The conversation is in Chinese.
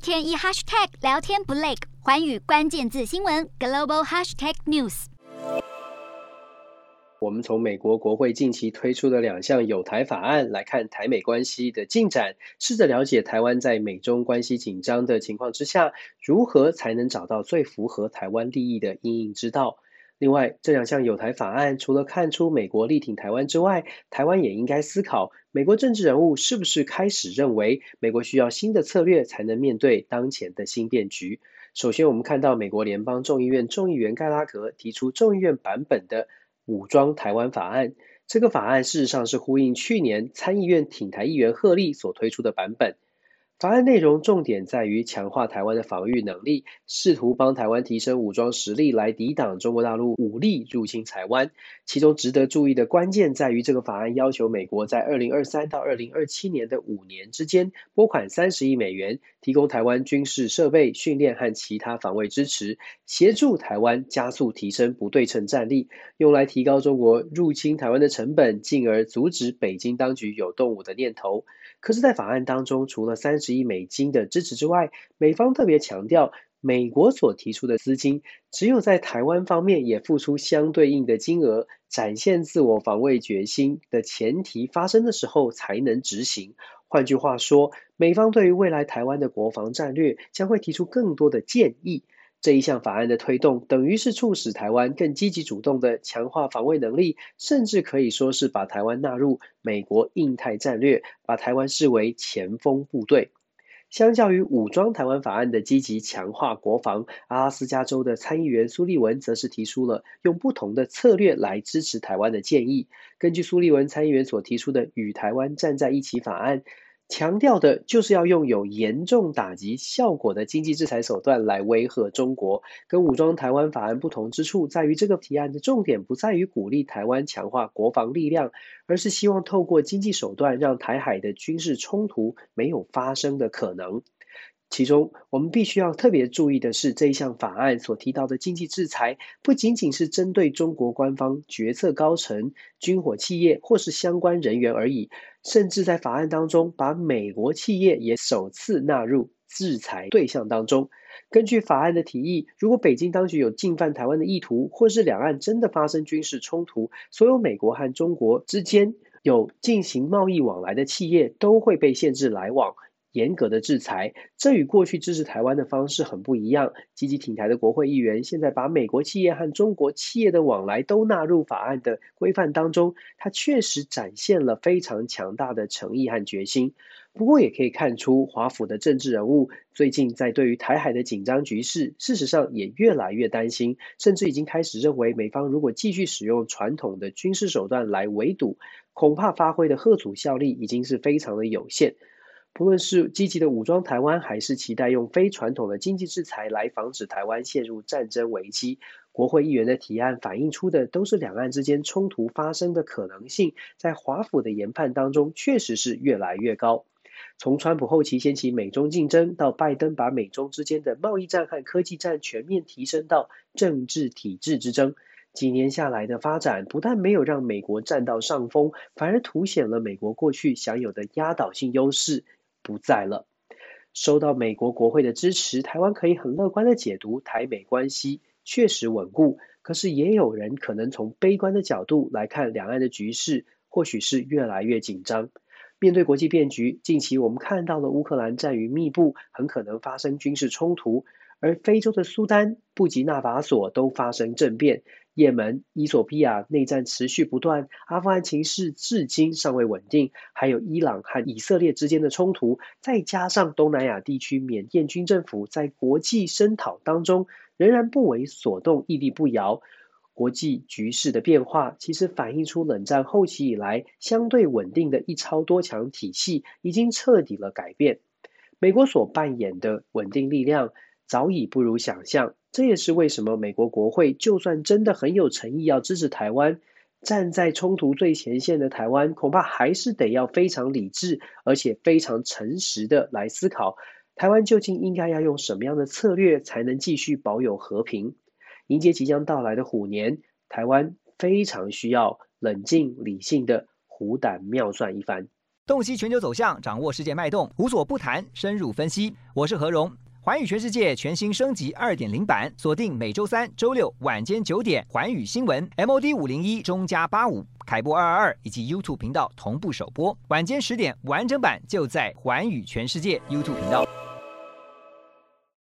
天一 hashtag 聊天不累，寰宇关键字新闻 global hashtag news。 我们从美国国会近期推出的2项友台法案来看台美关系的进展，试着了解台湾在美中关系紧张的情况之下，如何才能找到最符合台湾利益的因应之道。另外，这2项友台法案除了看出美国力挺台湾之外，台湾也应该思考，美国政治人物是不是开始认为美国需要新的策略才能面对当前的新变局。首先，我们看到美国联邦众议院众议员盖拉格提出众议院版本的武装台湾法案，这个法案事实上是呼应去年参议院挺台议员贺立所推出的版本。法案内容重点在于强化台湾的防御能力，试图帮台湾提升武装实力来抵挡中国大陆武力入侵台湾。其中值得注意的关键在于，这个法案要求美国在2023到2027年的5年之间拨款30亿美元，提供台湾军事设备、训练和其他防卫支持，协助台湾加速提升不对称战力，用来提高中国入侵台湾的成本，进而阻止北京当局有动武的念头。可是，在法案当中，除了30亿美金的支持之外，美方特别强调，美国所提出的资金，只有在台湾方面也付出相对应的金额，展现自我防卫决心的前提发生的时候才能执行。换句话说，美方对于未来台湾的国防战略将会提出更多的建议。这一项法案的推动，等于是促使台湾更积极主动的强化防卫能力，甚至可以说是把台湾纳入美国印太战略，把台湾视为前锋部队。相较于武装台湾法案的积极强化国防，阿拉斯加州的参议员苏利文则是提出了用不同的策略来支持台湾的建议。根据苏利文参议员所提出的与台湾站在一起法案，强调的就是要用有严重打击效果的经济制裁手段来威吓中国。跟武装台湾法案不同之处在于，这个提案的重点不在于鼓励台湾强化国防力量，而是希望透过经济手段让台海的军事冲突没有发生的可能。其中，我们必须要特别注意的是，这一项法案所提到的经济制裁，不仅仅是针对中国官方决策高层、军火企业或是相关人员而已，甚至在法案当中，把美国企业也首次纳入制裁对象当中。根据法案的提议，如果北京当局有进犯台湾的意图，或是两岸真的发生军事冲突，所有美国和中国之间有进行贸易往来的企业都会被限制来往，严格的制裁。这与过去支持台湾的方式很不一样。积极挺台的国会议员现在把美国企业和中国企业的往来都纳入法案的规范当中，它确实展现了非常强大的诚意和决心。不过也可以看出，华府的政治人物最近在对于台海的紧张局势，事实上也越来越担心，甚至已经开始认为，美方如果继续使用传统的军事手段来围堵，恐怕发挥的吓阻效力已经是非常的有限。不论是积极的武装台湾，还是期待用非传统的经济制裁来防止台湾陷入战争危机，国会议员的提案反映出的都是两岸之间冲突发生的可能性，在华府的研判当中确实是越来越高。从川普后期掀起美中竞争，到拜登把美中之间的贸易战和科技战全面提升到政治体制之争，几年下来的发展不但没有让美国占到上风，反而凸显了美国过去享有的压倒性优势不在了。收到美国国会的支持，台湾可以很乐观的解读台美关系确实稳固，可是也有人可能从悲观的角度来看两岸的局势，或许是越来越紧张。面对国际变局，近期我们看到了乌克兰战云密布，很可能发生军事冲突，而非洲的苏丹、布吉纳法索都发生政变，也门、伊索比亚内战持续不断，阿富汗情势至今尚未稳定，还有伊朗和以色列之间的冲突，再加上东南亚地区缅甸军政府在国际声讨当中仍然不为所动，屹立不摇。国际局势的变化，其实反映出冷战后期以来相对稳定的一超多强体系已经彻底了改变。美国所扮演的稳定力量早已不如想象，这也是为什么美国国会就算真的很有诚意要支持台湾，站在冲突最前线的台湾，恐怕还是得要非常理智，而且非常诚实的来思考，台湾究竟应该要用什么样的策略才能继续保有和平。迎接即将到来的虎年，台湾非常需要冷静理性的虎胆妙算一番。 洞悉全球走向，掌握世界脉动，无所不谈，深入分析。我是何荣。寰宇全世界全新升级 2.0 版，锁定每周三、周六晚间9点，寰宇新闻 MOD 501中加85，凯播222以及 YouTube 频道同步首播。晚间10点完整版就在寰宇全世界 YouTube 频道。